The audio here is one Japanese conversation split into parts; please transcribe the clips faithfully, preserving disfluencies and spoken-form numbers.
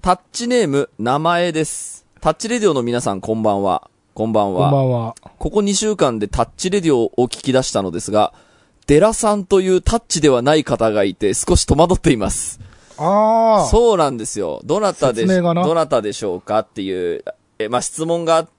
タッチネーム、名前です。タッチレディオの皆さん、こんばんは。こんばんは。 こんばんは。 ここにしゅうかんでタッチレディオを聞き出したのですが、デラさんというタッチではない方がいて、少し戸惑っています。 ああ。 そうなんですよ。どなたでし、 どなたでしょうかっていう、え、まあ、質問があって、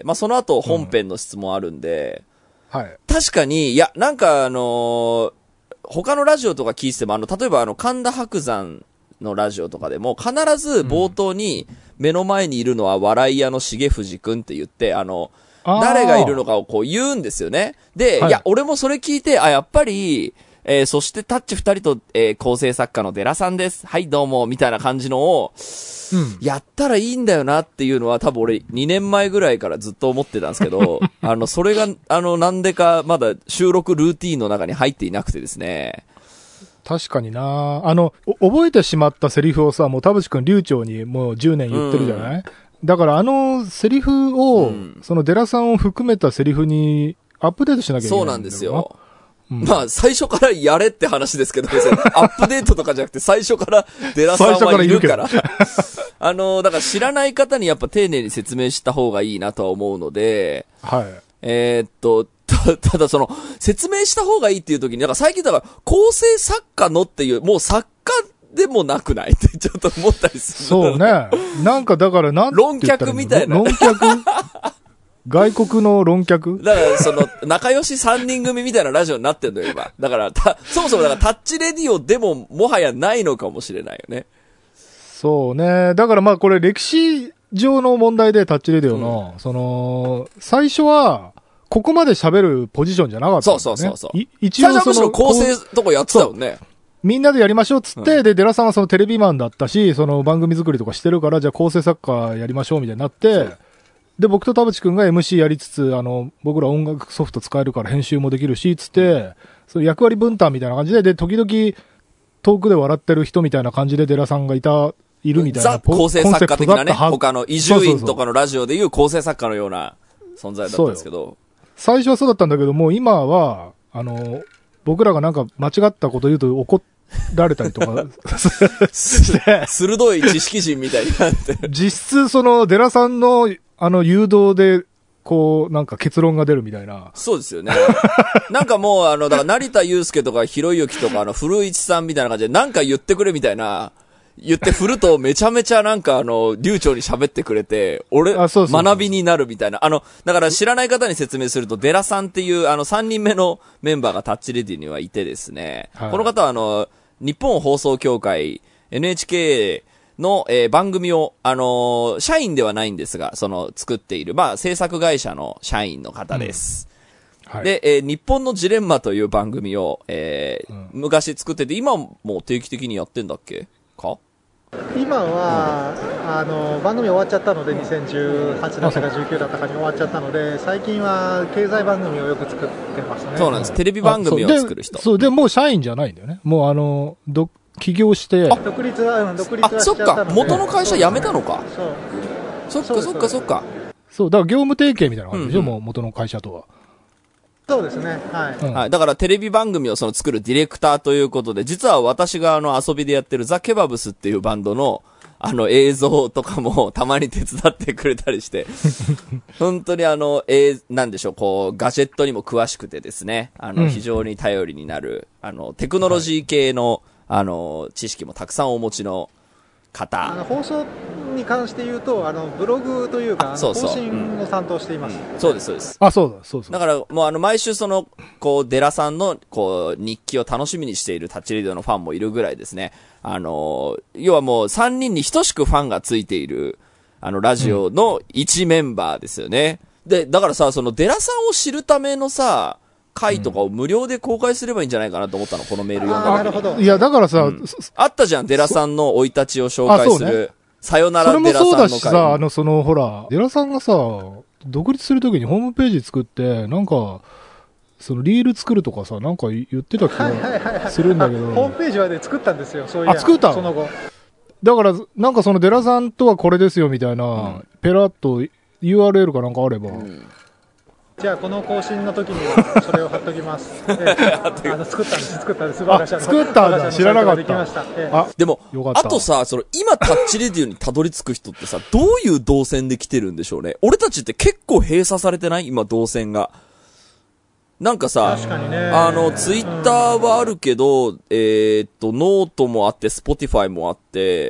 まあ、その後本編の質問あるんで、うん、はい。確かに、いや、なんかあのー、他のラジオとか聞いてても、あの、例えばあの、神田伯山のラジオとかでも、必ず冒頭に目の前にいるのは笑い屋の重藤くんって言って、あの、誰がいるのかをこう言うんですよね。で、はい、いや、俺もそれ聞いて、あ、やっぱり、えー、そしてタッチ二人と、えー、構成作家のデラさんです。はい、どうも、みたいな感じのを、うん、やったらいいんだよなっていうのは多分俺にねんまえぐらいからずっと思ってたんですけど、あの、それが、あの、なんでかまだ収録ルーティーンの中に入っていなくてですね。 確かになあの、覚えてしまったセリフをさ、もう田淵くん流暢にもうじゅうねん言ってるじゃない、うん、だからあのセリフを、うん、そのデラさんを含めたセリフにアップデートしなきゃいけないんだよな。そうなんですよ。うん、まあ、最初からやれって話ですけど、別にアップデートとかじゃなくて、最初からデラさんはいるから。あの、だから知らない方にやっぱ丁寧に説明した方がいいなとは思うので、はい。えー、っと、た、ただその、説明した方がいいっていう時に、なんか最近だから、構成作家のっていう、もう作家でもなくないってちょっと思ったりする。 そうね。なんかだからなんて言ったらいいの？論客みたいな。論客外国の論客だから、その、仲良しさんにん組みたいなラジオになってんのよ、今。だから、た、そもそもだからタッチレディオでも、もはやないのかもしれないよね。 そうね。だからまあ、これ歴史上の問題でタッチレディオの、うん、その、最初は、ここまで喋るポジションじゃなかったんだよね。そうそうそうそう。 一応その、最初はむしろ構成とこやってたよね。 みんなでやりましょうっつって、うん、で、デラさんはそのテレビマンだったし、その番組作りとかしてるから、じゃあ構成作家やりましょうみたいになって、で、僕と田淵くんが エムシー やりつつ、あの、僕ら音楽ソフト使えるから編集もできるし、つって、その役割分担みたいな感じで、で、時々遠くで笑ってる人みたいな感じでデラさんがいた、いるみたいな。 ザ構成作家的なね、他の伊集院とかのラジオでいう構成作家のような存在だったんですけど。 最初はそうだったんだけども、今は、あの、僕らがなんか間違ったこと言うと怒られたりとかして。 鋭い知識人みたいになって。 実質そのデラさんのあの誘導で、こう、なんか結論が出るみたいな。 そうですよね。なんかもう、あの、だから成田悠介とかひろゆきとか、あの、古市さんみたいな感じで、なんか言ってくれみたいな、言って振るとめちゃめちゃなんかあの、流暢に喋ってくれて、俺、そうそうそう、学びになるみたいな。あの、だから知らない方に説明すると、デラさんっていう、あの、さんにんめのメンバーがタッチレディにはいてですね、はい、この方はあの、日本放送協会、エヌエイチケー、の、えー、番組を、あのー、社員ではないんですが、その、作っている、まあ、制作会社の社員の方です。うんはい、で、えー、日本のジレンマという番組を、えーうん、昔作ってて、今も定期的にやってんだっけか今は、うん、あの、番組終わっちゃったので、にせんじゅうはちだったかじゅうきゅうだったかに終わっちゃったので、最近は経済番組をよく作ってますね。 そうなんです。テレビ番組を作る人。 そう、で、もう社員じゃないんだよね。もうあの、ど、起業して。 独立は、うん、独立はしちゃったので。 あ、そっか。元の会社辞めたのか。そう。そっかそっかそっか。 そう、だから業務提携みたいな感じでしょ、うんうん、もう元の会社とは。 そうですね。はい。 うん、はい。だからテレビ番組をその作るディレクターということで、実は私があの遊びでやってるザ・ケバブスっていうバンドのあの映像とかもたまに手伝ってくれたりして、本当にあの、えー、なんでしょう、こう、ガジェットにも詳しくてですね、あの、非常に頼りになる、あの、テクノロジー系の、はい、あの、知識もたくさんお持ちの方。 あの放送に関して言うと、あの、ブログというか、そうそう更新を担当しています。 うんうん、そうです、そうです。 あ、そうだ、そうそう。 だから、もうあの、毎週その、こう、デラさんの、こう、日記を楽しみにしているタッチレディオのファンもいるぐらいですね。あの、要はもうさんにんに等しくファンがついている、あの、ラジオの一メンバーですよね。うん、で、だからさ、そのデラさんを知るためのさ、回とかを無料で公開すればいいんじゃないかなと思ったの、このメール読んだ。 なるほど。 いや、だからさ、うん、 あったじゃん、デラさんの生い立ちを紹介する。ね、さよならデラさんの回。 それもそうだしさ、あの、その、ほら、デラさんがさ、独立するときにホームページ作って、なんか、そのリール作るとかさ、なんか言ってた気がするんだけど。 ホームページはで作ったんですよ、そういう。 あ、作ったその後。 だから、なんかそのデラさんとはこれですよみたいな、うん、ペラッと ユーアールエル かなんかあれば。うん、 じゃあこの更新の時にはそれを貼っときます。えー、あの作ったんです作ったんです。我が社の作ったんだ知らなかった。 えー、 あでもあとさその今タッチレディオにたどり着く人ってさどういう動線で来てるんでしょうね。俺たちって結構閉鎖されてない今動線が。なんかさ、 確かにね、 あの、ツイッターはあるけど、うん、えー、っと、ノートもあって、スポティファイもあって、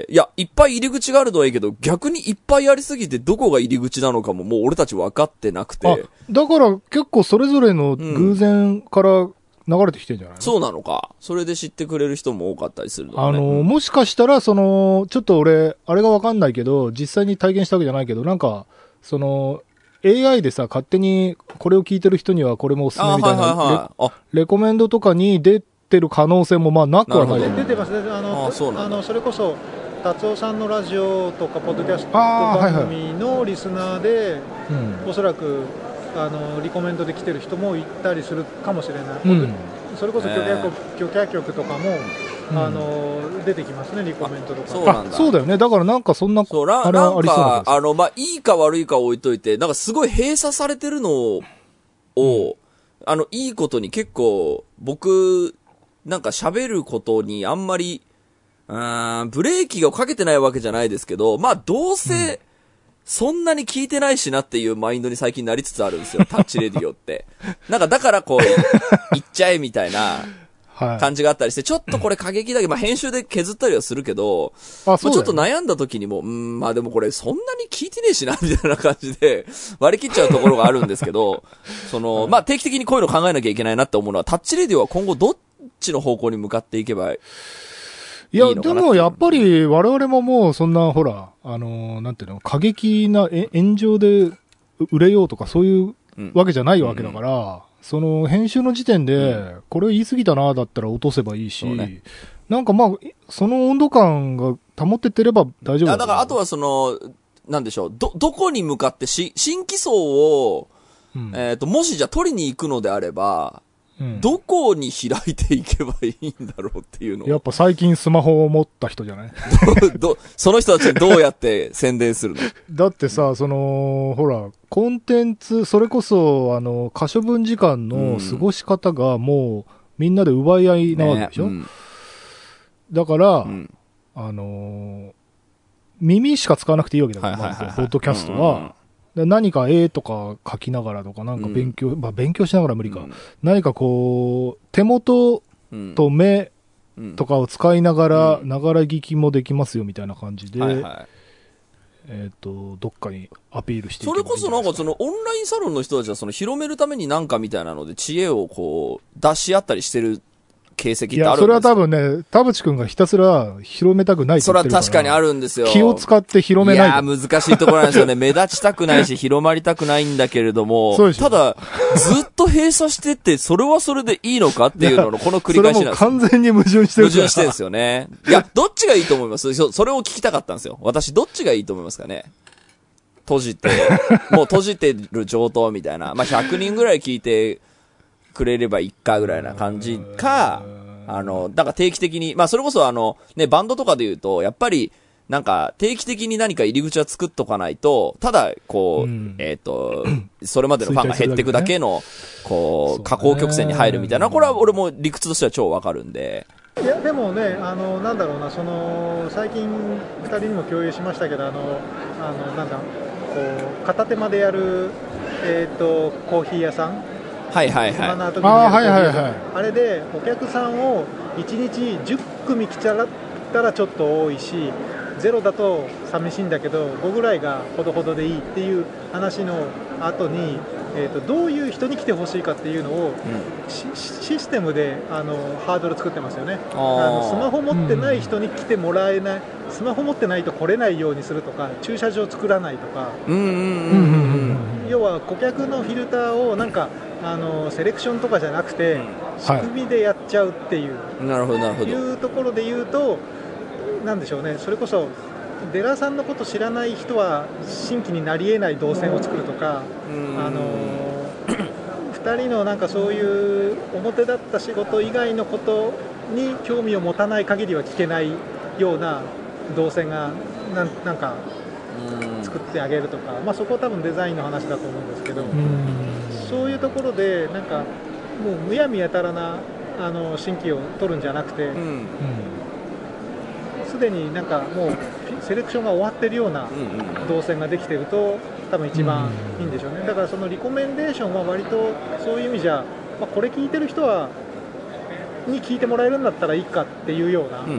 いや、いっぱい入り口があるのはいいけど、逆にいっぱいありすぎて、どこが入り口なのかももう俺たち分かってなくて。 あ、だから結構それぞれの偶然から流れてきてるんじゃないの、うん、 そうなのか。それで知ってくれる人も多かったりするのね。 あの、うん、もしかしたら、その、ちょっと俺、あれが分かんないけど、実際に体験したわけじゃないけど、なんか、その、エーアイ でさ、勝手にこれを聞いてる人にはこれもおすすめみたいな、はいはいはい、レ, レコメンドとかに出てる可能性もまあなくはない。 出てますね。あの、あそあのそれこそ達夫さんのラジオとかポッドキャスト番組のリスナーで、はいはい、うん、おそらくあのリコメンドで来てる人もいたりするかもしれない。うん、それこそキョキャ局とかも、うん、あの出てきますね、リコメントとか。 そうなんだ。 そうだよね。だからなんかそんな、 そうあれありそうなんです。あの、まあ、いいか悪いか置いといて、なんかすごい閉鎖されてるのを、うん、あの、いいことに結構、僕、なんか喋ることにあんまり、うーん、ブレーキがかけてないわけじゃないですけど、まあ、どうせ、うん、そんなに聞いてないしなっていうマインドに最近なりつつあるんですよ、タッチレディオって。なんかだからこう、言っちゃえみたいな感じがあったりして、ちょっとこれ過激だけど、まあ編集で削ったりはするけど、あ、そうだよね、まあ、ちょっと悩んだ時にも、うん、まあでもこれそんなに聞いてねえしな、みたいな感じで割り切っちゃうところがあるんですけど、その、まあ定期的にこういうの考えなきゃいけないなって思うのは、タッチレディオは今後どっちの方向に向かっていけばいいいや、でもやっぱり我々ももうそんな、ほら、あのー、なんていうの、過激な炎上で売れようとかそういうわけじゃないわけだから、うんうん、その編集の時点で、これ言い過ぎたな、だったら落とせばいいし、ね、なんかまあ、その温度感が保っててれば大丈夫だ。 だからあとはその、なんでしょう、ど、どこに向かってし、新規層を、うん、えっと、もしじゃあ取りに行くのであれば、うん、どこに開いていけばいいんだろうっていうのやっぱ最近スマホを持った人じゃないど, どその人たちにどうやって宣伝するのだってさ、その、ほら、コンテンツ、それこそ、あの、可処分時間の過ごし方がもうみんなで奪い合いなわけでしょ、ね、うん、だから、うん、あの、耳しか使わなくていいわけだから、まず、ポッドキャストは。うんうん、で何か絵とか書きながらとか、なんか勉強、うん、まあ勉強しながら無理か。うん、何かこう、手元と目とかを使いながら、ながら聞きもできますよみたいな感じで、はいはい、えっと、どっかにアピールしていけばいいんじゃないですか。 それこそなんかそのオンラインサロンの人たちはその広めるためになんかみたいなので知恵をこう出し合ったりしてる形跡ってあるんですか？いや、 それは多分ね、田淵くんがひたすら広めたくないって言ってるから。 それは確かにあるんですよ。 気を使って広めない。いやー、難しいところなんですよね。目立ちたくないし、広まりたくないんだけれども、そうでしょ。ただ、ずっと閉鎖してって、それはそれでいいのかっていうののこの繰り返しなんですよ。 それも完全に矛盾してる。 矛盾してるんですよね。いや、どっちがいいと思います？それを聞きたかったんですよ。私、どっちがいいと思いますかね？閉じて、もう閉じてる上等みたいな。まあ、ひゃくにんぐらい聞いてくれればいいかぐらいな感じか、あの、だから定期的に、まあそれこそあの、ね、バンドとかで言うと、やっぱり、なんか定期的に何か入り口は作っとかないと、ただ、こう、うん、えっと、それまでのファンが減っていくだけの、こう、下降曲線に入るみたいな、これは俺も理屈としては超わかるんで。 いや、でもね、あの、なんだろうな、その、最近ふたりにも共有しましたけど、あの、あの、なんだ、こう、片手間でやる、えっと、コーヒー屋さん。 はいはいはい。 ああ、はいはいはい。 あれでお客さんをいちにちじゅっくみ来ちゃったらちょっと多いし、ゼロだと寂しいんだけどごぐらいがほどほどでいいっていう話の後に、えーと、どういう人に来てほしいかっていうのを、うん、システムであのハードル作ってますよね。あのスマホ持ってない人に来てもらえない、うん、スマホ持ってないと来れないようにするとか、駐車場作らないとか、要は顧客のフィルターをなんかあのセレクションとかじゃなくて、仕組みでやっちゃうっていう、 はい、なるほどなるほど、 いうところで言うと、なんでしょうね、それこそデラさんのこと知らない人は新規になり得ない動線を作るとか、あのふたりのなんかそういう表立った仕事以外のことに興味を持たない限りは聞けないような動線がな ん, なんか作ってあげるとか、まあ、そこは多分デザインの話だと思うんですけど、 そういうところでなんかもうむやみやたらなあの新規を取るんじゃなくて、すで、うん、になんかもうセレクションが終わってるような動線ができてると多分一番いいんでしょうね。だからそのリコメンデーションは割とそういう意味じゃ、まあ、これ聞いてる人はに聞いてもらえるんだったらいいかっていうような、うん、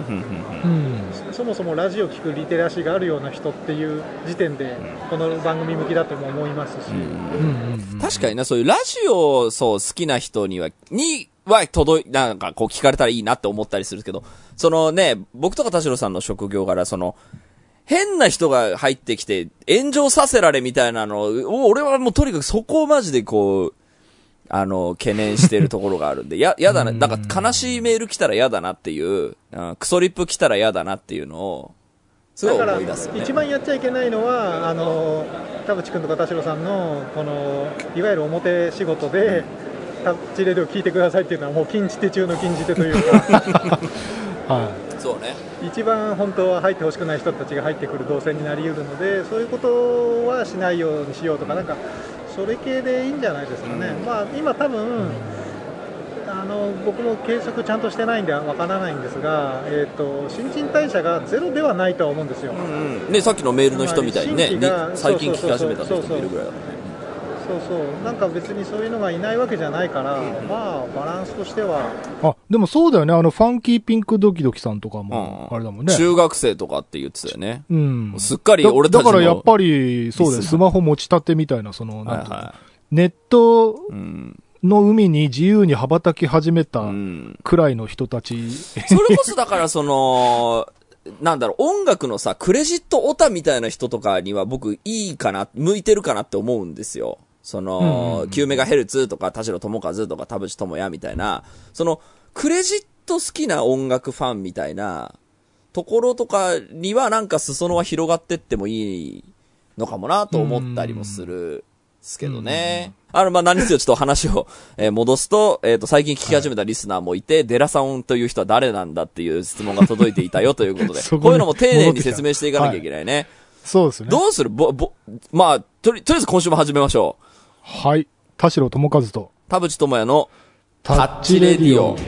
そもそもラジオ聞くリテラシーがあるような人っていう時点でこの番組向きだとも思いますし、 うん、確かにな、そういうラジオそう好きな人にはには届いなんかこう聞かれたらいいなって思ったりするけど、そのね、僕とか田代さんの職業柄その変な人が入ってきて炎上させられみたいなのを俺はもうとにかくそこをマジでこうあの懸念してるところがあるんで、ややだな、なんか悲しいメール来たらやだなっていう、うん、クソリップ来たらやだなっていうのをすごい思い出すよね。 だから一番やっちゃいけないのはあの田淵君とか田代さんのこのいわゆる表仕事でタッチレディを聞いてくださいっていうのはもう禁じ手中の禁じ手というか、 はい、そうね。 一番本当は入ってほしくない人たちが入ってくる動線になりうるので、そういうことはしないようにしようとか、なんかそれ系でいいんじゃないですかね。うん、まあ今多分あの僕も計測ちゃんとしてないんでわからないんですが、えーと、新陳代謝がゼロではないとは思うんですよ。 うんうん、ね、さっきのメールの人みたいにね、最近聞き始めた人もいるぐらいだもんね。 そうそう、なんか別にそういうのがいないわけじゃないから、うん、まあバランスとしては。 あ、でもそうだよね、あのファンキーピンクドキドキさんとかもあれだもんね、 うん、中学生とかって言ってたよね。 うん、 すっかり俺たちのだからやっぱりそうだよ、スマホ持ちたてみたいな、そのなんていうの、はいはい、ネットの海に自由に羽ばたき始めたくらいの人たち、うん、 それこそだからそのなんだろう、音楽のさクレジットオタみたいな人とかには僕いいかな、向いてるかなって思うんですよ。その、きゅうメガヘルツとか田代智和とか田淵智也みたいな、そのクレジット好きな音楽ファンみたいなところとかにはなんか裾野は広がってってもいいのかもなと思ったりもするですけどね。あの、まあ、何せよちょっと話を、えー、戻すと、えっと、最近聞き始めたリスナーもいて、はい、デラさんという人は誰なんだっていう質問が届いていたよということで、こういうのも丁寧に説明していかなきゃいけないね。はい、 そうですね。 どうするぼ、ぼ、まあ、とり、とりあえず今週も始めましょう。 はい。田代智和と田淵智也のタッチレディオ。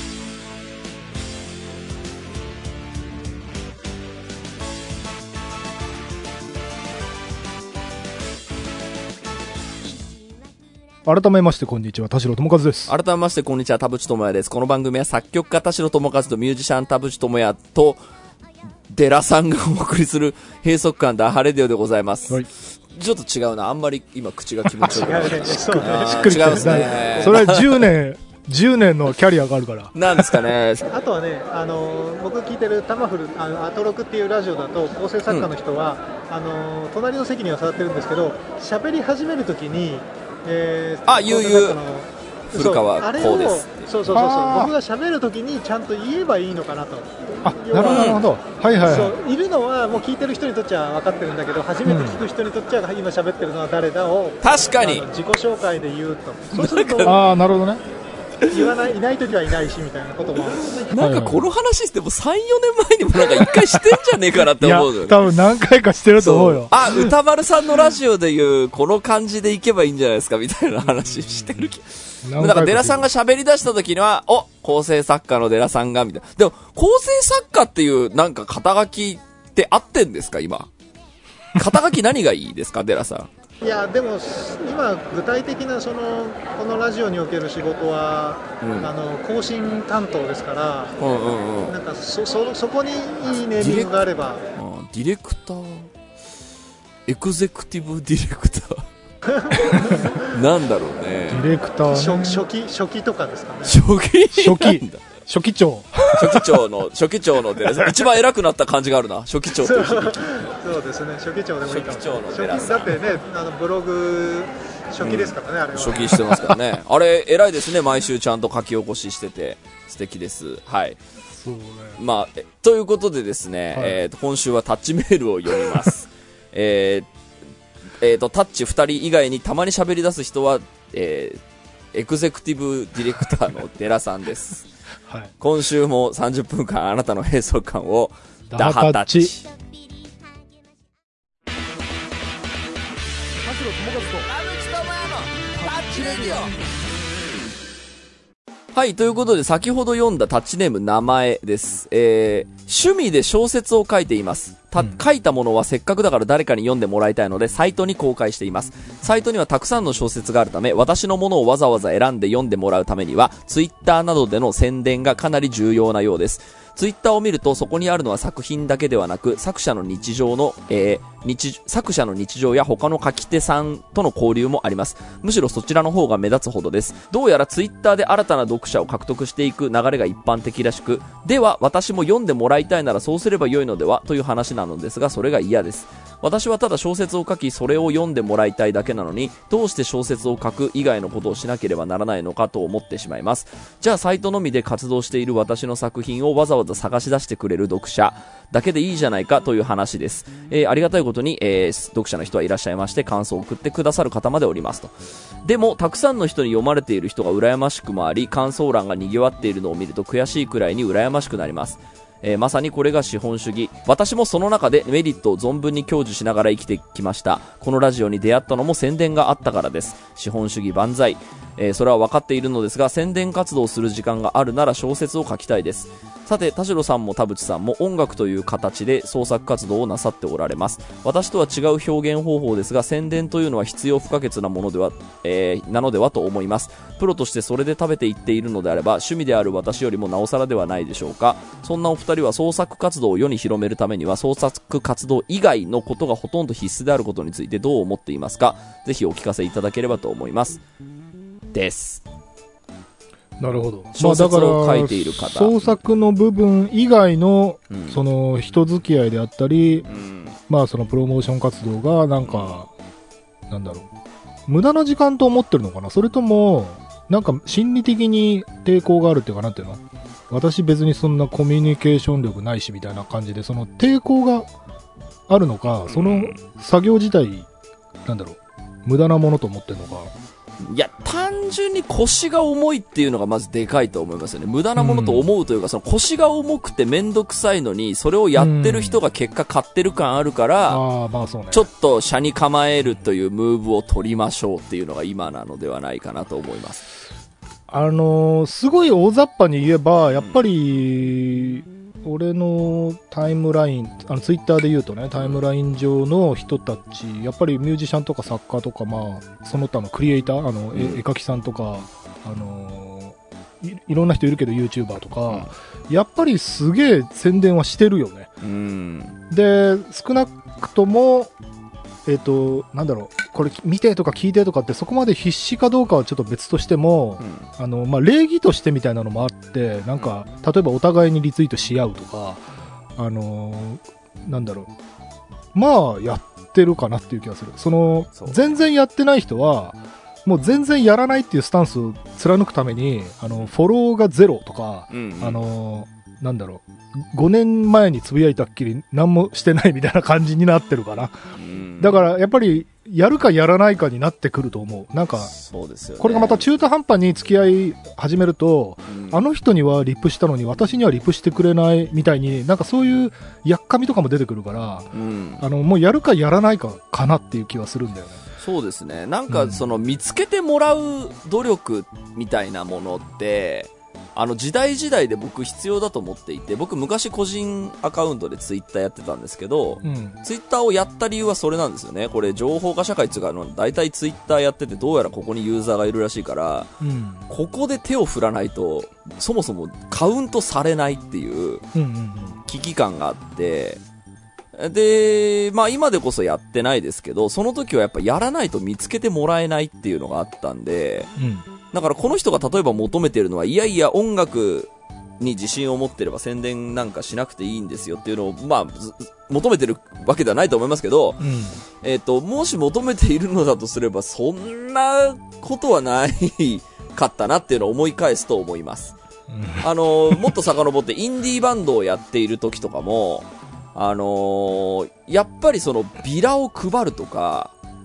改めましてこんにちは、田代智和です。 改めましてこんにちは、田淵智也です。この番組は作曲家田代智和とミュージシャン田淵智也とデラさんがお送りする閉塞感ダハレディオでございます。はい。ちょっと違うな、あんまり今口が気持ちよくない。違うね、 そうね、しっくり違いますね。それはじゅうねんじゅうねんのキャリアがあるからなんですかね。 あとはね、あの僕聞いてるタマフルあのアトロクっていうラジオだと構成作家の人は、うん、あの隣の席には座ってるんですけど、喋り始めるときに、 えー、あ、ゆうゆう古川こうです。 そうそうそうそう、僕が喋るときにちゃんと言えばいいのかなと。 あ、なるほどなるほど。はいはい、はい、 そういるのはもう聞いてる人にとっちゃ分かってるんだけど、初めて聞く人にとっちゃ今喋ってるのは誰だを確かに自己紹介で言うと、そうするとああ、なるほどね。 言わない、いないときはいないしみたいなこともなんかこの話してもさん、よねんまえにもなんか一回してんじゃねえかなって思うのよ。 いや多分何回かしてると思うよ。 あ、歌丸さんのラジオでいうこの感じでいけばいいんじゃないですかみたいな話してる気だからデラさんが喋り出した時には、お、構成作家のデラさんがみたいな。でも構成作家っていうなんか肩書きって合ってんですか今。肩書き何がいいですかデラさん。 いやでも今具体的なそのこのラジオにおける仕事は、うん、あの更新担当ですから、うんうんうん、なんか そ, そ, そこにいいネーミングがあれば、 ディレクター、エグゼクティブディレクターなんだろうね。 ディレクター、 ね、初, 初期初期とかですかね。 初期初期初期長初期長の初期長のデラさん一番偉くなった感じがあるな。初期長という響き。 そうですね、初期長でもいいかも。 初期長のデラさんだってね、あのブログ初期ですからね、うん、あれは初期してますからね。あれ偉いですね、毎週ちゃんと書き起こししてて素敵です。はい。 そうね。 まあということでですね、はい、えー、と今週はタッチメールを読みます。えーえー、とタッチふたり以外にたまに喋り出す人は、えー、エグゼクティブディレクターのデラさんです。はい、今週もさんじゅっぷんかんあなたの閉塞感をダハタッチ。田代智和と田淵智也のッチレディオ。はい、ということで先ほど読んだタッチネーム名前です。えー、趣味で小説を書いています。た、うん、書いたものはせっかくだから誰かに読んでもらいたいのでサイトに公開しています。サイトにはたくさんの小説があるため、私のものをわざわざ選んで読んでもらうためにはツイッターなどでの宣伝がかなり重要なようです。ツイッターを見るとそこにあるのは作品だけではなく作者の日常の、えー、日作者の日常や他の書き手さんとの交流もあります。むしろそちらの方が目立つほどです。どうやらツイッターで新たな読者を獲得していく流れが一般的らしく、では私も読んでもらいたいならそうすれば良いのではという話なのですが、それが嫌です。私はただ小説を書きそれを読んでもらいたいだけなのに、どうして小説を書く以外のことをしなければならないのかと思ってしまいます。じゃあサイトのみで活動している私の作品をわざわざ探し出してくれる読者だけでいいじゃないかという話です。えー、ありがたいことに、えー、読者の人はいらっしゃいまして感想を送ってくださる方までおりますと。でもたくさんの人に読まれている人が羨ましくもあり、感想欄が賑わっているのを見ると悔しいくらいに羨ましくなります。えー、まさにこれが資本主義。私もその中でメリットを存分に享受しながら生きてきました。このラジオに出会ったのも宣伝があったからです。資本主義万歳。えー、それは分かっているのですが、宣伝活動をする時間があるなら小説を書きたいです。さて、田代さんも田淵さんも音楽という形で創作活動をなさっておられます。私とは違う表現方法ですが、宣伝というのは必要不可欠なものでは、えー、なのではと思います。プロとしてそれで食べていっているのであれば、趣味である私よりもなおさらではないでしょうか。そんなお二人は創作活動を世に広めるためには、創作活動以外のことがほとんど必須であることについてどう思っていますか。ぜひお聞かせいただければと思います。です。 なるほど。 小説を書いている方、まあ、 創作の部分以外の、うん、その人付き合いであったり、うん、まあそのプロモーション活動がなんか、うん、なんだろう、無駄な時間と思ってるのかな。それともなんか心理的に抵抗があるっていうか、なんていうの、私別にそんなコミュニケーション力ないしみたいな感じで、その抵抗があるのか、その作業自体なんだろう、無駄なものと思ってるのか。 いや、単純に腰が重いっていうのがまずでかいと思いますよね。無駄なものと思うというか、うん、その腰が重くてめんどくさいのに、それをやってる人が結果買ってる感あるから、うん、あまあそうね、ちょっと車に構えるというムーブを取りましょうっていうのが今なのではないかなと思います。 あのー、すごい大雑把に言えば、やっぱり、うん、俺のタイムライン、あのツイッターで言うとね、タイムライン上の人たち、やっぱりミュージシャンとか作家とか、まあ、その他のクリエイター、あの、うん、絵描きさんとか、あのー、い, いろんな人いるけど YouTuber とか、うん、やっぱりすげえ宣伝はしてるよね。うん、で、少なくとも、えっと、なんだろう、これ見てとか聞いてとかってそこまで必死かどうかはちょっと別としても、うん、あの、まあ、礼儀としてみたいなのもあって、なんか、例えばお互いにリツイートし合うとか、あのー、なんだろう、まあ、やってるかなっていう気がする。その、全然やってない人は、もう全然やらないっていうスタンスを貫くために、あの、フォローがゼロとか、うんうん、あのー、なんだろう、ごねんまえにつぶやいたっきり何もしてないみたいな感じになってるかな。うん、だからやっぱりやるかやらないかになってくると思う。なんか、そうですよね、これがまた中途半端に付き合い始めると、うん、あの人にはリプしたのに私にはリプしてくれないみたいに、なんかそういうやっかみとかも出てくるから、うん、あのもうやるかやらないかかなっていう気はするんだよね。 そうですね。なんかその見つけてもらう努力みたいなものって、あの時代時代で僕必要だと思っていて、僕昔個人アカウントでツイッターやってたんですけど、うん、ツイッターをやった理由はそれなんですよね。これ情報化社会っていうか、あの大体ツイッターやっててどうやらここにユーザーがいるらしいから、うん、ここで手を振らないとそもそもカウントされないっていう危機感があって、で、まあ今でこそやってないですけど、その時はやっぱやらないと見つけてもらえないっていうのがあったんで、うん、だからこの人が例えば求めてるのは、いやいや音楽に自信を持ってれば宣伝なんかしなくていいんですよっていうのを、まあ求めてるわけではないと思いますけど、うん、えっと、もし求めているのだとすれば、そんなことはないかったなっていうのを思い返すと思います。うん、あの、もっと遡ってインディーバンドをやっている時とかも、あのー、やっぱりそのビラを配るとか、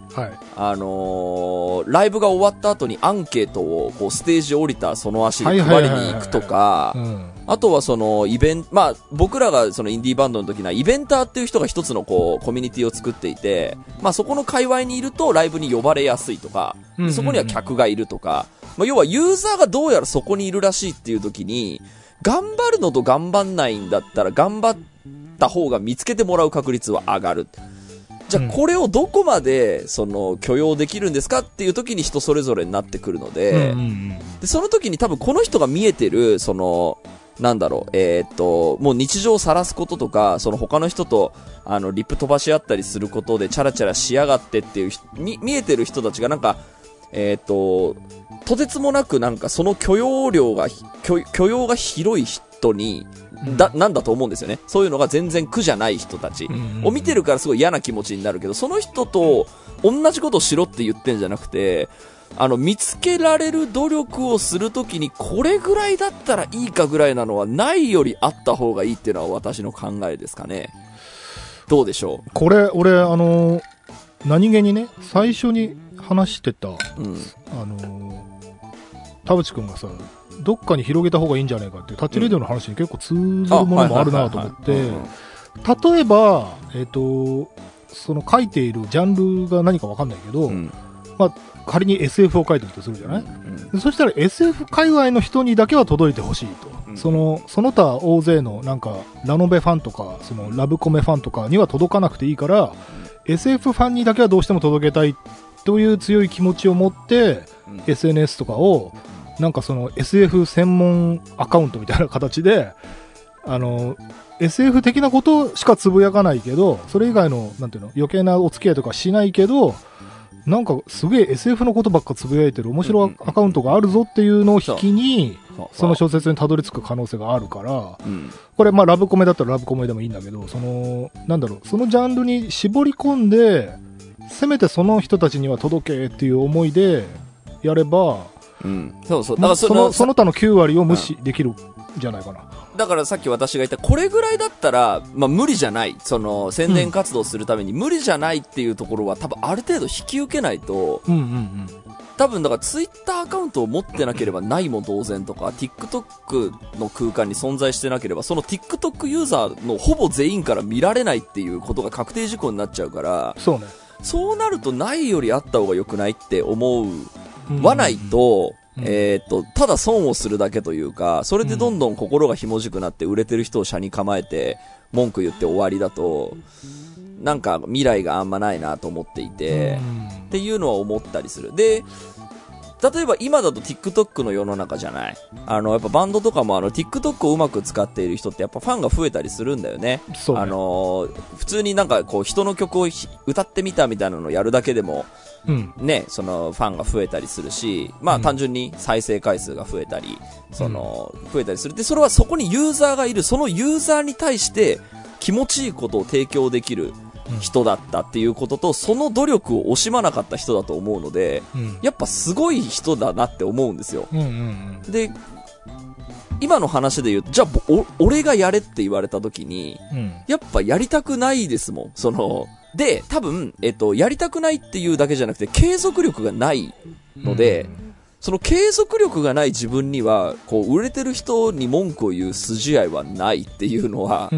はい、あのー、ライブが終わった後にアンケートをこうステージ降りたその足で配りに行くとか、あとはそのイベント、まあ僕らがそのインディーバンドの時にはイベンターっていう人が一つのこうコミュニティを作っていて、まあそこの界隈にいるとライブに呼ばれやすいとか、そこには客がいるとか、まあ要はユーザーがどうやらそこにいるらしいっていう時に、頑張るのと頑張んないんだったら頑張った方が見つけてもらう確率は上がる。じゃあこれをどこまでその許容できるんですかっていう時に人それぞれになってくるので、でその時に多分この人が見えてるそのなんだろうえー、っともう日常を晒すこととか、その他の人とあのリップ飛ばし合ったりすることでチャラチャラしやがってっていう見見えてる人たちがなんかえー、っととてつもなくなんかその許容量が許、許容が広い人にだ、なんだと思うんですよね。そういうのが全然苦じゃない人たちを見てるからすごい嫌な気持ちになるけど、その人と同じことをしろって言ってんじゃなくて、あの、見つけられる努力をするときにこれぐらいだったらいいかぐらいなのはないよりあった方がいいっていうのは私の考えですかね。どうでしょう。 これ、俺、あの、何気にね、最初に話してた、うん、あの、田淵くんがさ、どっかに広げた方がいいんじゃないかっていうタッチレディオの話に結構通ずるものもあるなと思って、例えば、えっと、その書いているジャンルが何かわかんないけど、うん、まあ、仮に エスエフ を書いてるとするじゃない、うんうん、そしたら エスエフ 界隈の人にだけは届いてほしいと、うん、その、その他大勢のなんか、ラノベファンとか、そのラブコメファンとかには届かなくていいから、うん、エスエフ ファンにだけはどうしても届けたいという強い気持ちを持って、うん、エスエヌエス とかを、なんかその エスエフ 専門アカウントみたいな形で、あの、エスエフ 的なことしかつぶやかないけど、それ以外の、なんていうの、余計なお付き合いとかしないけど、なんかすげえ エスエフ のことばっかつぶやいてる面白いアカウントがあるぞっていうのを引きに、その小説にたどり着く可能性があるから、これまあラブコメだったらラブコメでもいいんだけど、その、なんだろう、そのジャンルに絞り込んで、せめてその人たちには届けっていう思いでやれば、 うん、そうそう。 だからその、その他のきゅう割を無視できるんじゃないかな。 だからさっき私が言った、これぐらいだったら、まあ無理じゃない。その、宣伝活動するために無理じゃないっていうところは多分ある程度引き受けないと、うんうんうん、多分だからツイッターアカウントを持ってなければないも同然とか、TikTok の空間に存在してなければ、その TikTok ユーザーのほぼ全員から見られないっていうことが確定事項になっちゃうから、 そうね。 そうなるとないよりあった方が良くないって思う。はないと、うん、えっと、ただ損をするだけというか、それでどんどん心がひもじくなって売れてる人を車に構えて文句言って終わりだと、なんか未来があんまないなと思っていて、うん、っていうのは思ったりする。で、例えば今だと TikTok の世の中じゃない。あの、やっぱバンドとかもあの TikTok をうまく使っている人ってやっぱファンが増えたりするんだよね。 そうね。 あの、普通になんかこう人の曲を歌ってみたみたいなのをやるだけでも、うん、ね、そのファンが増えたりするし、まあ単純に再生回数が増えたり、うん、その、増えたりする。で、それはそこにユーザーがいる、そのユーザーに対して気持ちいいことを提供できる人だったっていうことと、その努力を惜しまなかった人だと思うので、うん、やっぱすごい人だなって思うんですよ。うんうんうん、で、今の話で言うと、じゃあお俺がやれって言われた時に、うん、やっぱやりたくないですもん。そので、多分、えっと、やりたくないっていうだけじゃなくて継続力がないので、うん、その継続力がない自分にはこう売れてる人に文句を言う筋合いはないっていうのは、うん、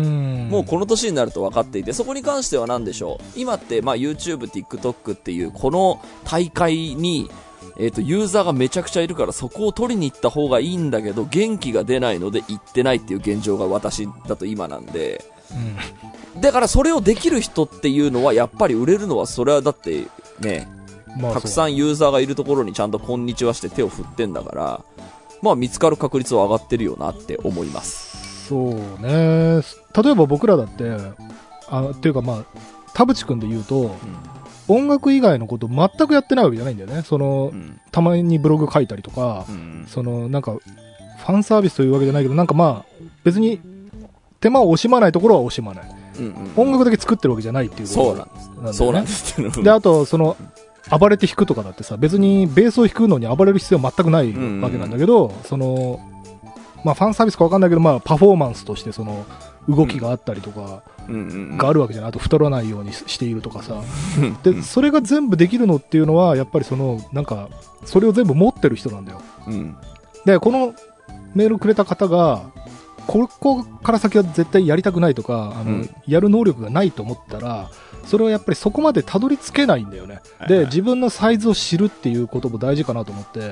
もうこの年になると分かっていて、そこに関しては何でしょう、今ってまあ YouTube、TikTok っていうこの大会にえっと、ユーザーがめちゃくちゃいるからそこを取りに行った方がいいんだけど元気が出ないので行ってないっていう現状が私だと今なんで、うん、だからそれをできる人っていうのはやっぱり売れるのはそれはだってね、まあ、たくさんユーザーがいるところにちゃんとこんにちはして手を振ってんだから、まあ見つかる確率は上がってるよなって思います。 そうね。例えば僕らだってあっていうかまあ田淵くんで言うと、うん音楽以外のこと全くやってないわけじゃないんだよね。その、うん、たまにブログ書いたりとか、うん、そのなんかファンサービスというわけじゃないけど、なんかまあ別に手間を惜しまないところは惜しまない。うんうん、音楽だけ作ってるわけじゃないっていうことなんです。 そうなんです。そうなんです。 であとその暴れて弾くとかだってさ、別にベースを弾くのに暴れる必要は全くないわけなんだけど、うんうん、そのまあファンサービスかわかんないけど、まあパフォーマンスとしてその動きがあったりとか、 があるわけじゃない。あと太らないようにしているとかさ。で、それが全部できるのっていうのは、やっぱりその、なんか、それを全部持ってる人なんだよ。うん、で、このメールくれた方が、ここから先は絶対やりたくないとか、あの、うん、やる能力がないと思ったら、それはやっぱりそこまでたどり着けないんだよね。で、自分のサイズを知るっていうことも大事かなと思って、うん、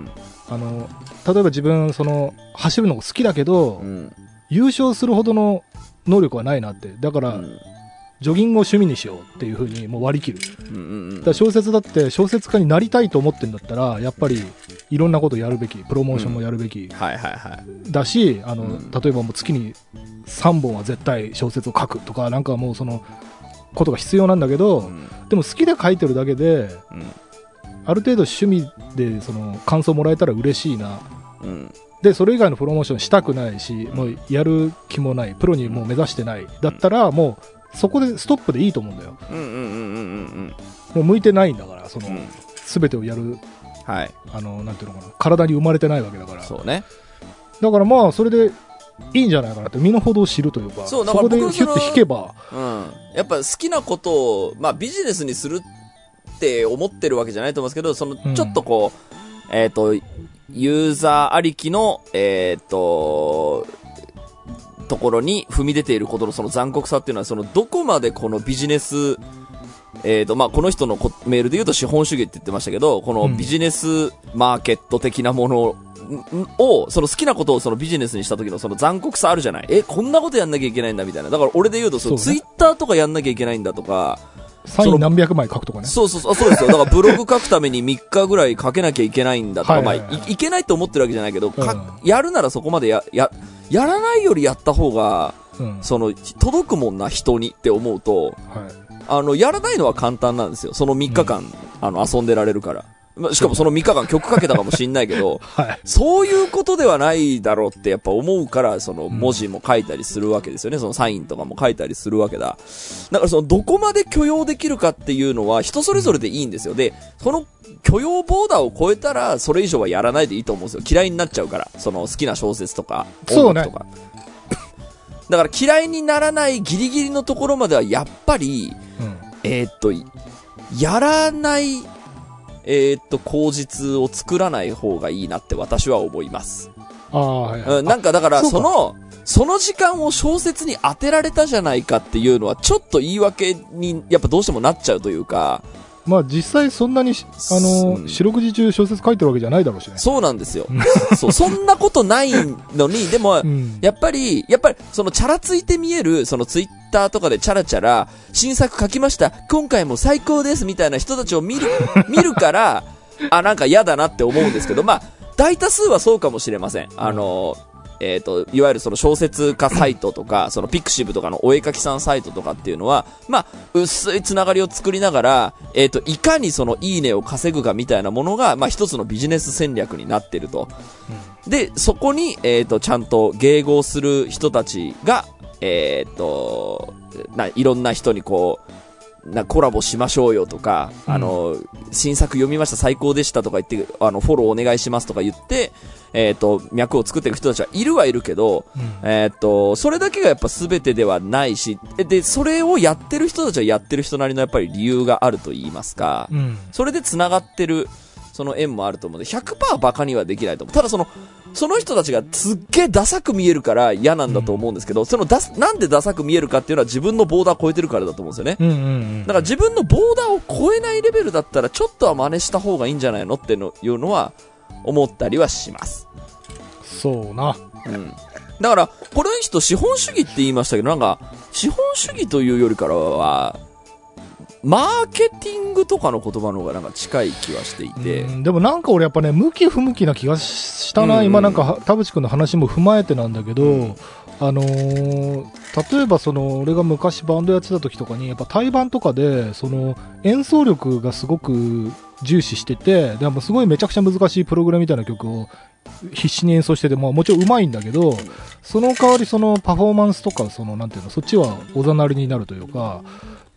あの、例えば自分、その、走るのが好きだけど、うん、優勝するほどの能力はないなって。だから、うん、ジョギングを趣味にしようっていう風にもう割り切る。うんうんうん、だから小説だって小説家になりたいと思ってんだったら、やっぱりいろんなことやるべき、プロモーションもやるべき。はいはいはい。だし、あの、うん、例えばもう月にさんぼんは絶対小説を書くとか、なんかもうその、ことが必要なんだけど、うん、でも好きで書いてるだけで、うん、ある程度趣味でその感想もらえたら嬉しいな、うん、でそれ以外のプロモーションしたくないし、うん、もうやる気もない、プロにもう目指してない、だったらもうそこでストップでいいと思うんだよ。もう向いてないんだから、その、うん、全てをやる、はい、あのなんていうのかな、体に生まれてないわけだから。そうね。だからまあそれでいいんじゃないかなって、身の程を知るというか、そう、だから僕そこでヒュッて引けば、 うん、やっぱ好きなことを、まあ、ビジネスにするって思ってるわけじゃないと思うんですけど、そのちょっとこう、うん、えっとユーザーありきのえっとところに踏み出ていることのその残酷さっていうのは、そのどこまでこのビジネス、えっとまあこの人のメールで言うと資本主義って言ってましたけど、このビジネスマーケット的なものををその好きなことをそのビジネスにした時のその残酷さあるじゃない。え、こんなことやんなきゃいけないんだみたいな。だから俺で言うとそのツイッターとかやんなきゃいけないんだとか、 サイン何百枚書くとかね。 そうそうそう、そうですよ。だからブログ書くためにみっかぐらい書けなきゃいけないんだとか、はいはいはい、まあ い, いけないと思ってるわけじゃないけど、かうん、やるならそこまでやややらないよりやった方が、うん、その届くもんな人にって思うと、はい、あのやらないのは簡単なんですよ。そのみっかかん、うん、あの遊んでられるから。しかもそのみっかかん曲かけたかもしんないけど、はい、そういうことではないだろうってやっぱ思うから、その文字も書いたりするわけですよね。そのサインとかも書いたりするわけだ。だからそのどこまで許容できるかっていうのは人それぞれでいいんですよ。で、その許容ボーダーを超えたらそれ以上はやらないでいいと思うんですよ。嫌いになっちゃうから。その好きな小説とか音楽とか。そうね。だから嫌いにならないギリギリのところまではやっぱり、うん、えー、っと、やらない、えー、っと、口実を作らない方がいいなって私は思います。ああ、はいはい。うん、なんかだから、その、その時間を小説に当てられたじゃないかっていうのは、ちょっと言い訳に、やっぱどうしてもなっちゃうというか。 まあ実際そんなに、あの、うん、四六時中小説書いてるわけじゃないだろうしね。 そうなんですよ。そう、そんなことないのに、でも、うん、やっぱり、やっぱり、そのチャラついて見える、そのツイッターとかでチャラチャラ、新作書きました、今回も最高ですみたいな人たちを見る、見るから、あ、なんか嫌だなって思うんですけど、まあ、大多数はそうかもしれません。あの、えっと、いわゆるその小説家サイトとか、そのピクシブとかのお絵描きさんサイトとかっていうのは、まあ、薄いつながりを作りながら、えっと、いかにそのいいねを稼ぐかみたいなものが、まあ一つのビジネス戦略になってると。うん、で、そこに、えっと、ちゃんと迎合する人たちが、えっと、な、いろんな人にこう、なコラボしましょうよとか、うん、あの、新作読みました最高でしたとか言って、あの、フォローお願いしますとか言って、えっと、脈を作っていく人たちはいるはいるけど、うん、えっと、それだけがやっぱ全てではないし、で、それをやってる人たちはやってる人なりのやっぱり理由があると言いますか、うん、それで繋がってる、その縁もあると思うので、ひゃくパーセント バカにはできないと思う。ただその、その人たちがすっげえダサく見えるから嫌なんだと思うんですけど、うん、そのダス、なんでダサく見えるかっていうのは自分のボーダーを超えてるからだと思うんですよね。うんうんうん、だから自分のボーダーを超えないレベルだったらちょっとは真似した方がいいんじゃないのっていうのは思ったりはします。 そうな。 うん。だから、この人資本主義って言いましたけど、なんか、資本主義というよりからは、マーケティングとかの言葉の方がなんか近い気はしていて。 うん、でもなんか俺やっぱね、向き不向きな気がしたな。うん、今なんか田淵君の話も踏まえてなんだけど、うん、あのー、例えばその俺が昔バンドやってた時とかにやっぱ対バンとかでその演奏力がすごく重視してて、でもすごいめちゃくちゃ難しいプログラムみたいな曲を必死に演奏してて、まあもちろん上手いんだけど、その代わりそのパフォーマンスとかそのなんていうの、そっちはおざなりになるというか。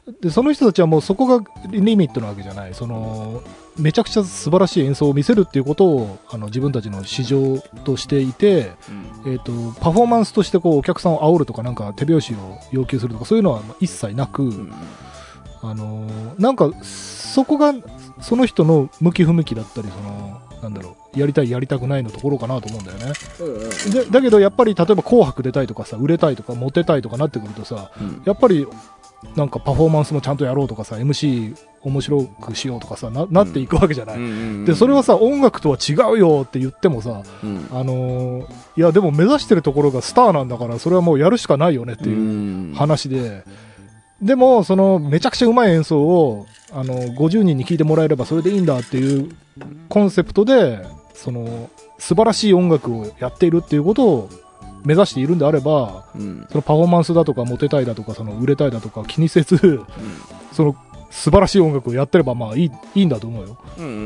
で、その人たちはもうそこがリミットなわけじゃない。その、めちゃくちゃ素晴らしい演奏を見せるっていうことを、あの、自分たちの市場としていて、うん、えっと、パフォーマンスとしてこう、お客さんを煽るとか、なんか手拍子を要求するとか、そういうのは一切なく、うん、あの、なんか、そこが、その人の向き不向きだったり、その、なんだろう、やりたいやりたくないのところかなと思うんだよね、うんうん、でだけどやっぱり例えば紅白出たいとかさ、売れたいとかモテたいとかなってくるとさ、うん、やっぱりなんかパフォーマンスもちゃんとやろうとかさ、 エムシー 面白くしようとかさ な, なっていくわけじゃない、うんうんうんうん、でそれはさ、音楽とは違うよって言ってもさ、うん、あのー、いやでも目指してるところがスターなんだから、それはもうやるしかないよねっていう話で、うん、でもそのめちゃくちゃうまい演奏をあのごじゅうにんに聴いてもらえればそれでいいんだっていうコンセプトで、その素晴らしい音楽をやっているっていうことを目指しているんであれば、うん、そのパフォーマンスだとかモテたいだとかその売れたいだとか気にせず、うん、その素晴らしい音楽をやってればまあいい、いいんだと思うよ、うんうんうん、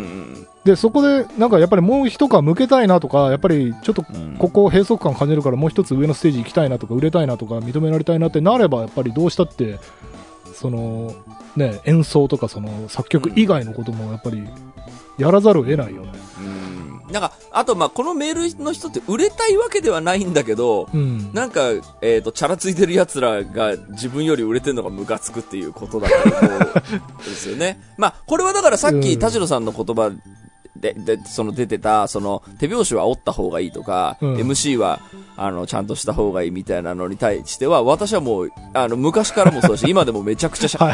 でそこでなんかやっぱりもう一皮向けたいなとか、やっぱりちょっとここ閉塞感感じるからもう一つ上のステージ行きたいなとか、売れたいなとか認められたいなってなれば、やっぱりどうしたってそのね、演奏とかその作曲以外のこともやっぱりやらざるを得ないよね。 うん、なんかあとまあこのメールの人って売れたいわけではないんだけど、うん、なんかえっとチャラついてる奴らが自分より売れてるのがムカつくっていうことだと思うんですよね。まあこれはだからさっき田代さんの言葉ででその出てたその手拍子は折った方がいいとか、うん、エムシー はあのちゃんとした方がいいみたいなのに対しては、私はもうあの昔からもそうだし今でもめちゃくちゃしゃ、はい、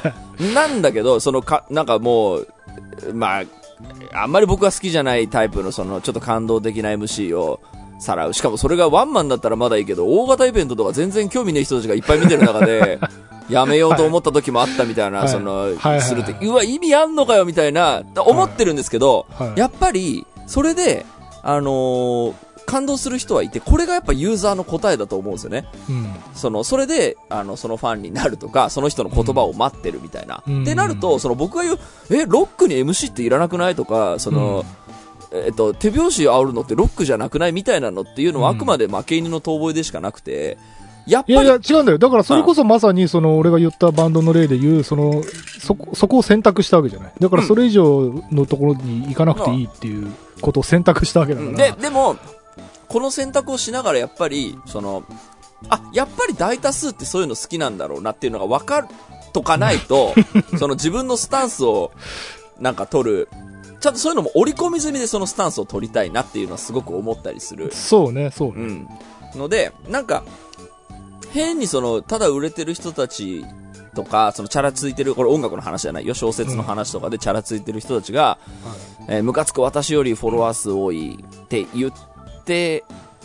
なんだけどそのかなんかもうまああんまり僕が好きじゃないタイプのそのちょっと感動的な エムシー をさらう、しかもそれがワンマンだったらまだいいけど大型イベントとか全然興味ない人たちがいっぱい見てる中でやめようと思った時もあったみたいな、はい、その、はい、するって、はい、うわ意味あんのかよみたいな思ってるんですけど、はいはい、やっぱりそれであのー、感動する人はいて、これがやっぱユーザーの答えだと思うんですよね、うん、そのそれであのそのファンになるとかその人の言葉を待ってるみたいな、うん、ってなるとその僕が言うえロックに エムシー っていらなくないとかその、うんえっと、手拍子煽るのってロックじゃなくないみたいなのっていうのはあくまで負け犬の遠吠えでしかなくて、やっぱりいやいや違うんだよ。だからそれこそまさにその俺が言ったバンドの例で言うそのそこそこを選択したわけじゃない。だからそれ以上のところに行かなくていいっていうことを選択したわけだから。 ででもこの選択をしながらやっぱりそのあやっぱり大多数ってそういうの好きなんだろうなっていうのが分かっとかないとその自分のスタンスをなんか取る。ちゃんとそういうのも織り込み済みでそのスタンスを取りたいなっていうのはすごく思ったりする。 そうね、そうね。 うん。ので、なんか、変にその、ただ売れてる人たちとか、そのチャラついてる、これ音楽の話じゃないよ、小説の話とかでチャラついてる人たちが、うんえー、ムカつく私よりフォロワー数多いって言って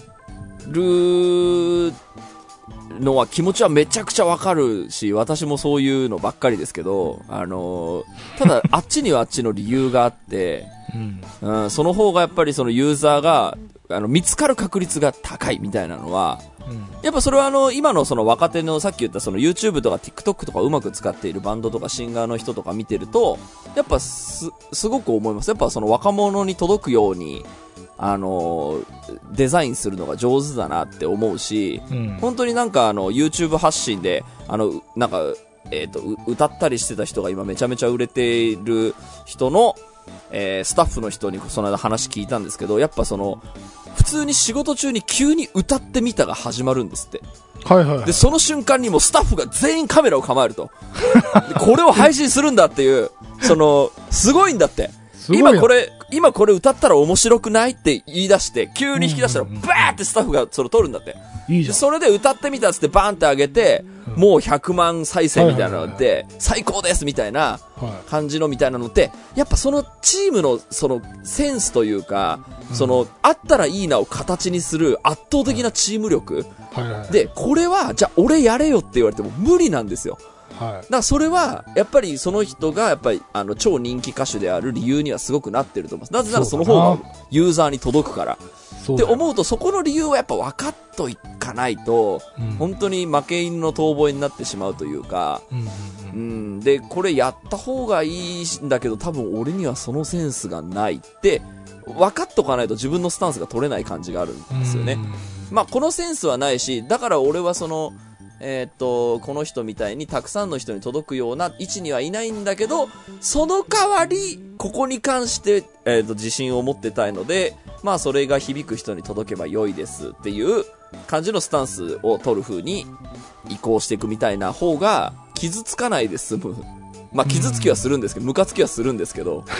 るのは気持ちはめちゃくちゃわかるし、私もそういうのばっかりですけど、あのー、ただあっちにはあっちの理由があって、うんうん、その方がやっぱりそのユーザーがあの見つかる確率が高いみたいなのは、うん、やっぱそれはあの今のその若手のさっき言ったその YouTube とか TikTok とかうまく使っているバンドとかシンガーの人とか見てるとやっぱ す, すごく思います。やっぱその若者に届くようにあのデザインするのが上手だなって思うし、うん、本当になんかあの YouTube 発信であのなんか、えーと、歌ったりしてた人が今めちゃめちゃ売れている人の、えー、スタッフの人にその間話聞いたんですけど、やっぱその普通に仕事中に急に歌ってみたが始まるんですって。 はいはいはい、 でその瞬間にもうスタッフが全員カメラを構えるとでこれを配信するんだっていうそのすごいんだって。今これ今これ歌ったら面白くないって言い出して急に引き出したらバーってスタッフがそれ撮るんだって。 いいじゃん。 それで歌ってみたっつってバーンって上げて、うん、もうひゃくまん再生みたいなので最高ですみたいな感じのみたいなのってやっぱそのチームのそのセンスというか、うん、そのあったらいいなを形にする圧倒的なチーム力、はいはい、でこれはじゃあ俺やれよって言われても無理なんですよ。はい、だからそれはやっぱりその人がやっぱりあの超人気歌手である理由にはすごくなってると思います。なぜならその方がユーザーに届くからって思うとそこの理由はやっぱ分かっといかないと、うん、本当に負け犬の遠吠えになってしまうというか、うんうんうん、でこれやった方がいいんだけど多分俺にはそのセンスがないって分かっとかないと自分のスタンスが取れない感じがあるんですよね。うんうん、まあこのセンスはないしだから俺はそのえー、っと、この人みたいにたくさんの人に届くような位置にはいないんだけど、その代わり、ここに関して、えー、っと、自信を持ってたいので、まあ、それが響く人に届けば良いですっていう感じのスタンスを取る風に移行していくみたいな方が、傷つかないで済む。まあ、傷つきはするんですけど、ムカつきはするんですけど。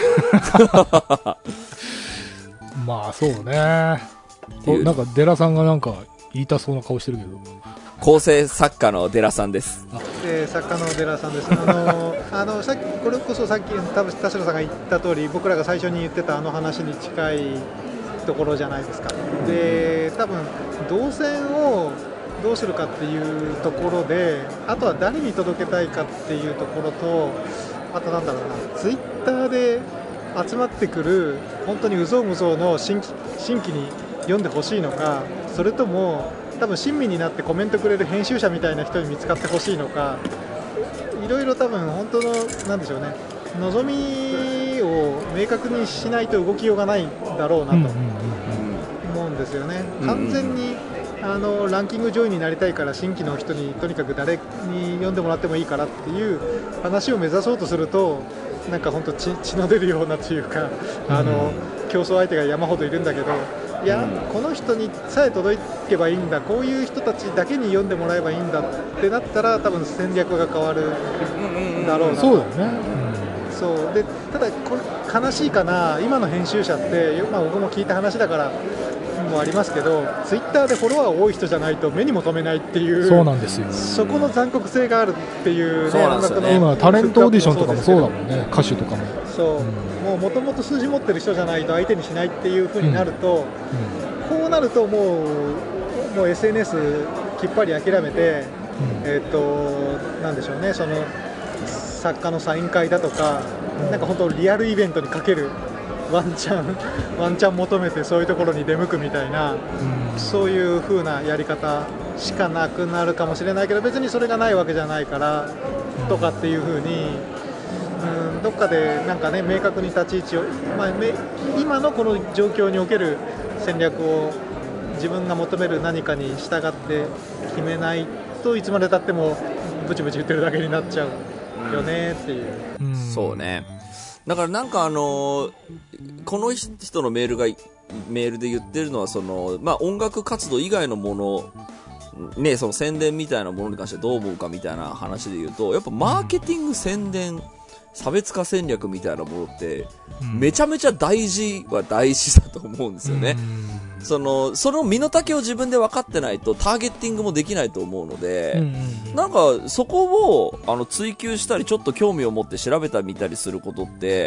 まあ、そうね。なんか、デラさんがなんか、言いたそうな顔してるけど。 構成作家のデラさんです。 えー、作家のデラさんです。あのあのさっきこれこそさっき多分田代さんが言った通り、僕らが最初に言ってたあの話に近いところじゃないですか。で、多分動線をどうするかっていうところで、あとは誰に届けたいかっていうところと、あとなんだろうな、ツイッターで集まってくる本当にうぞうむぞうの新規、新規に読んでほしいのか、それとも多分親身になってコメントくれる編集者みたいな人に見つかってほしいのか、いろいろ多分本当のなんでしょうね、望みを明確にしないと動きようがないんだろうなと思うんですよね。完全にあのランキング上位になりたいから新規の人にとにかく誰に読んでもらってもいいからっていう話を目指そうとすると、なんか本当 血, 血の出るようなというか、あの競争相手が山ほどいるんだけど、いや、この人にさえ届けばいいんだ、こういう人たちだけに読んでもらえばいいんだってなったら、多分戦略が変わるだろうなと。 そうだよね、 うん、そうで、ただこれ悲しいかな、今の編集者って、まあ、僕も聞いた話だからもありますけど、ツイッターでフォロワー多い人じゃないと目にも留めないっていう、 そうなんですよ、 そこの残酷性があるっていう、ね、 そうなんですよね。 今タレントオーディションとかもそうだもんね、歌手とかも。 そう、うん、もう元々数字持ってる人じゃないと相手にしないっていう風になると、うんうん、こうなるともう、もう エスエヌエス きっぱり諦めて、うん、えーと、なんでしょうね、その作家のサイン会だとか、うん、なんか本当リアルイベントにかけるワンチャンワンチャン求めてそういうところに出向くみたいな、うん、そういう風なやり方しかなくなるかもしれないけど、別にそれがないわけじゃないからとかっていう風に、うん、どっかでなんかね、明確に立ち位置を、まあ、今のこの状況における戦略を自分が求める何かに従って決めないと、いつまでたってもブチブチ言ってるだけになっちゃうよねっていう、 うん、そうね。だからなんかあのー、この人のメールがメールで言ってるのは、その、まあ、音楽活動以外のものね、その宣伝みたいなものに関してどう思うかみたいな話で言うと、やっぱマーケティング、宣伝、差別化戦略みたいなものってめちゃめちゃ大事は大事だと思うんですよね。そのその身の丈を自分で分かってないとターゲッティングもできないと思うので、なんかそこをあの追求したりちょっと興味を持って調べたみたりすることって、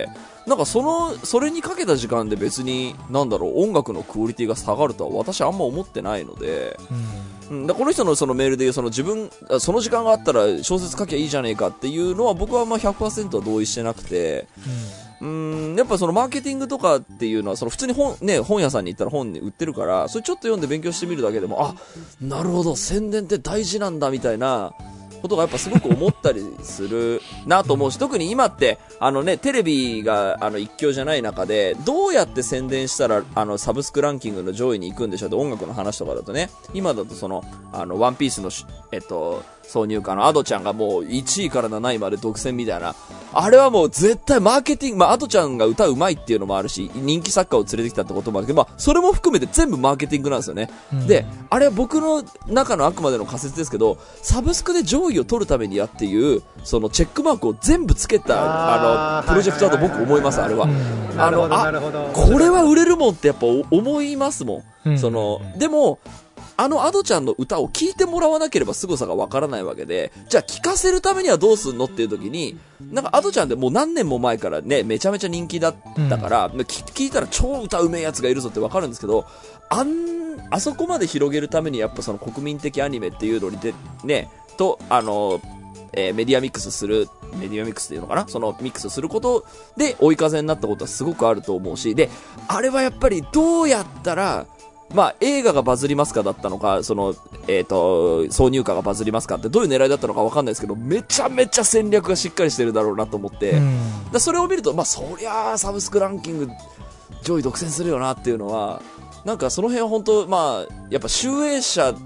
なんかそのそれにかけた時間で別になんだろう、音楽のクオリティが下がるとは私はあんま思ってないので、うん、だこの人のそのメールでいうその自分その時間があったら小説書きゃいいじゃねえかっていうのは僕はまあ ひゃくパーセント は同意してなくて、うん、うんやっぱそのマーケティングとかっていうのはその普通に本、ね、本屋さんに行ったら本に売ってるから、それちょっと読んで勉強してみるだけでも、あ、なるほど宣伝って大事なんだみたいなことがやっぱすごく思ったりするなと思うし、特に今ってあのね、テレビがあの一強じゃない中でどうやって宣伝したらあのサブスクランキングの上位に行くんでしょうって、音楽の話とかだとね、今だとそのあのワンピースのえっと挿入歌のアドちゃんがもういちいからなないまで独占みたいな、あれはもう絶対マーケティング、まあアドちゃんが歌うまいっていうのもあるし、人気作家を連れてきたってこともあるけど、まあそれも含めて全部マーケティングなんですよね、うん、で、あれは僕の中のあくまでの仮説ですけど、サブスクで上位を取るためにやっていうそのチェックマークを全部つけたあのプロジェクトだと僕思います。あれはあのあこれは売れるもんってやっぱ思いますもん、うん、そのでもあのアドちゃんの歌を聴いてもらわなければ凄さがわからないわけで、じゃあ聴かせるためにはどうすんのっていう時に、なんかアドちゃんってもう何年も前からねめちゃめちゃ人気だったから、うん、聞いたら超歌うめえやつがいるぞってわかるんですけど、あんあそこまで広げるためにやっぱその国民的アニメっていうのにでねとあのえー、メディアミックスするメディアミックスっていうのかな、そのミックスすることで追い風になったことはすごくあると思うし、であれはやっぱりどうやったらまあ映画がバズりますかだったのか、そのえっと挿入歌がバズりますかってどういう狙いだったのかわかんないですけど、めちゃめちゃ戦略がしっかりしてるだろうなと思って、うん、だそれを見るとまあそりゃあサブスクランキング上位独占するよなっていうのは、なんかその辺は本当まあやっぱ集英社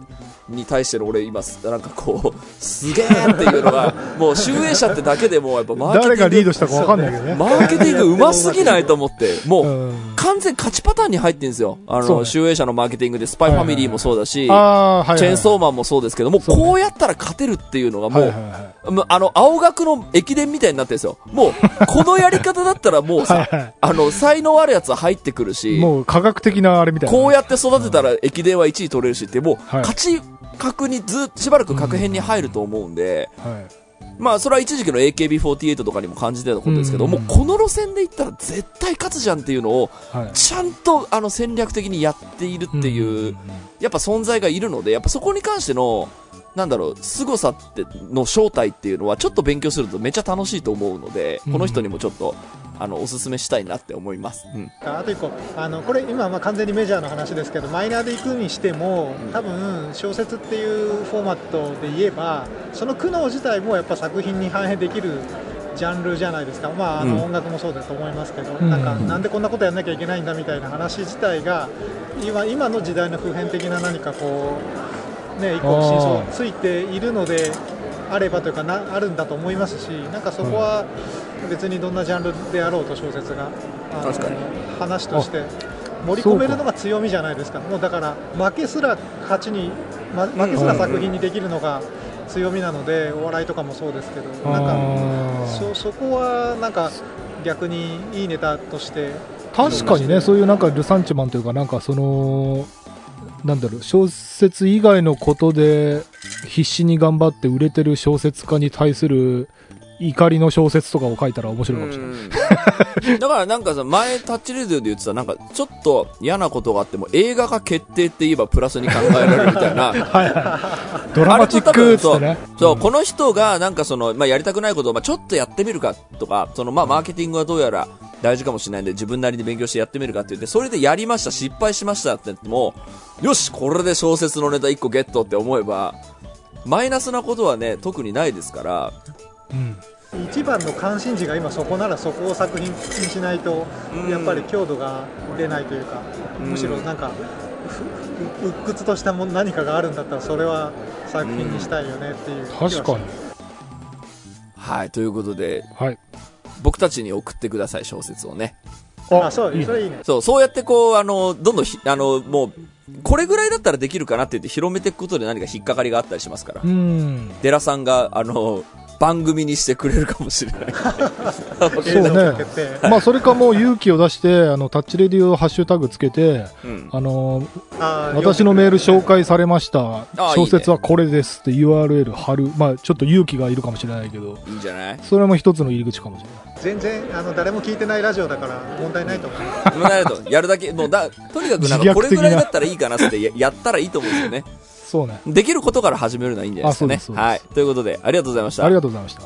に対しての俺今なんかこうすげーっていうのがもう集英社ってだけでもやっぱマーケティング誰がリードしたか分かんないけどねマーケティングうますぎないと思ってもう完全勝ちパターンに入ってるんですよ。あの集英社のマーケティングでスパイファミリーもそうだし、チェーンソーマンもそうですけども、こうやったら勝てるっていうのがもうあの青学の駅伝みたいになってるんですよ。もうこのやり方だったらもうさあの才能あるやつは入ってくるし、 もう科学的なあれみたいな、 こうやって育てたら駅伝はいちい取れるしってもう勝ち確にずっとしばらく確変に入ると思うんで、うんはい、まあそれは一時期の エーケービーフォーティーエイト とかにも感じてたことですけど、うんうんうん、もうこの路線でいったら絶対勝つじゃんっていうのをちゃんとあの戦略的にやっているっていう、うんうんうん、やっぱ存在がいるので、やっぱそこに関してのなんだろう凄さっての正体っていうのはちょっと勉強するとめちゃ楽しいと思うので、この人にもちょっとあのおすすめしたいなって思います、うん、 あと一個あのこれ今まあ完全にメジャーの話ですけど、マイナーで行くにしても多分小説っていうフォーマットで言えばその苦悩自体もやっぱ作品に反映できるジャンルじゃないですか。まああの音楽もそうだと思いますけど、うん、なんかなんでこんなことやんなきゃいけないんだみたいな話自体が今今の時代の普遍的な何かこうね一個真相ついているのであればというかなあるんだと思いますし、なんかそこは別にどんなジャンルであろうと小説があの話として盛り込めるのが強みじゃないですか。もうだから負けすら勝ちに、ま、負けすら作品にできるのが強みなので、お笑いとかもそうですけど、なんか そ, そこはなんか逆にいいネタとして確かにね、そういうなんかルサンチマンというかなんかそのなんだろう小説以外のことで必死に頑張って売れてる小説家に対する怒りの小説とかを書いたら面白いかもしれないだからなんかさ前タッチレディオで言ってたなんかちょっと嫌なことがあっても映画化決定って言えばプラスに考えられるみたいなはいドラマチックってねそう、そう、うん、この人がなんかその、まあ、やりたくないことを、まあ、ちょっとやってみるかとかその、まあ、マーケティングはどうやら大事かもしれないんで自分なりに勉強してやってみるかって言ってそれでやりました失敗しましたって言ってもよしこれで小説のネタいっこゲットって思えばマイナスなことはね特にないですから、 うん一番の関心事が今そこならそこを作品にしないとやっぱり強度が出ないというか、うん、むしろなんか鬱屈としたも何かがあるんだったらそれは作品にしたいよねっていう、うん、 確かにはいということで、 はい、 僕たちに送ってください小説をね。 あそういいそれいいね。 そうそうやってこうあのどんどんあのもうこれぐらいだったらできるかなって言って広めていくことで何か引っかかりがあったりしますから、 うんデラさんがあの番組にしてくれるかもしれないそうねまあそれかもう勇気を出してあのタッチレディオハッシュタグつけて、うん、あのあ私のメール紹介されました小説はこれですって ユーアールエル 貼る、まあちょっと勇気がいるかもしれないけどいいんじゃないそれも一つの入り口かもしれない。 全然あの誰も聞いてないラジオだから問題ないと思う問題ないとやるだけもうだとにかくなんかこれぐらいだったらいいかなって や, やったらいいと思うんですよね。 そうね。 できることから始めるのはいいんじゃないですかね。はい。ということで、ありがとうございました。 ありがとうございました。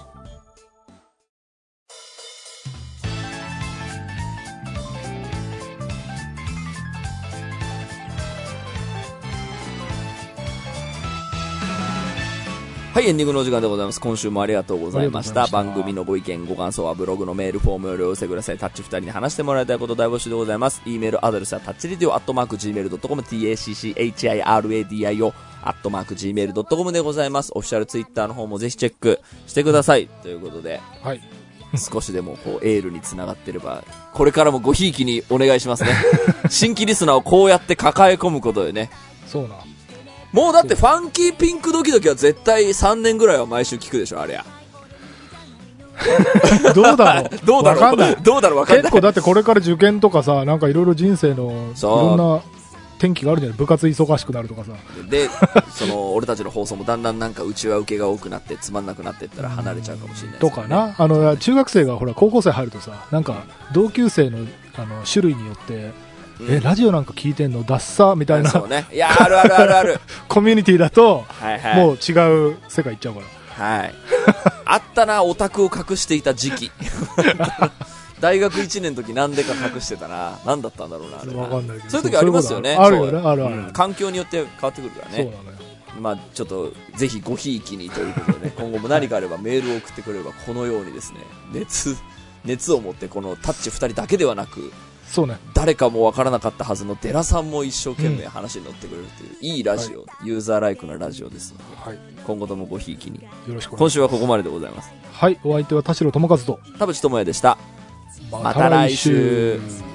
はい、エンディングのお時間でございます。今週もありがとうございました。番組のご意見、ご感想はブログのメールフォームよりお寄せください。タッチふたりに話してもらいたいこと大募集でございます。e メールアドレスはタッチレディオアットマーク ジーメールドットコム タッチレディオアットマーク ジーメールドットコム でございます。オフィシャルツイッターの方もぜひチェックしてください。ということで、 はい。 少しでもこうエールにつながってれば、これからもごひいきにお願いしますね。新規リスナーをこうやって抱え込むことでね。 そうな。 もうだってファンキーピンクドキドキは絶対さんねんぐらいは毎週聞くでしょあれや。 どうだろうどうだろうわかんない。どうだろうわかんない。 結構だってこれから受験とかさ、なんかいろいろ人生のいろんな天気があるじゃない。部活忙しくなるとかさ。 で、その俺たちの放送もだんだんなんかうちは受けが多くなってつまんなくなっていったら離れちゃうかもしれない、ね、 とかな。あの中学生がほら高校生入るとさ、なんか同級生のあの種類によって。えラジオなんか聞いてんのダッサみたいな、 そうね、いやあるあるあるあるコミュニティだと、 はいはい、 もう違う世界行っちゃうから、はい、あったなオタクを隠していた時期大学いちねんの時なんでか隠してたな。なんだったんだろうなあれな。 分かんないけどそういう時ありますよね。 あるよね、あるある、うん、 環境によって変わってくるからね。 そうなのよ。 まあちょっとぜひごひいきにということで、ね、今後も何かあればメールを送ってくれればこのようにですね熱熱を持ってこのタッチふたりだけではなくそうね。 誰かもわからなかったはずのデラさんも一生懸命話に乗ってくれるという、うん、いいラジオ、はい、ユーザーライクなラジオですので、はい、今後ともごひいきに。よろしくお願いします。今週はここまででございます。 はい、お相手は田代智和と田淵智也でした。また来週。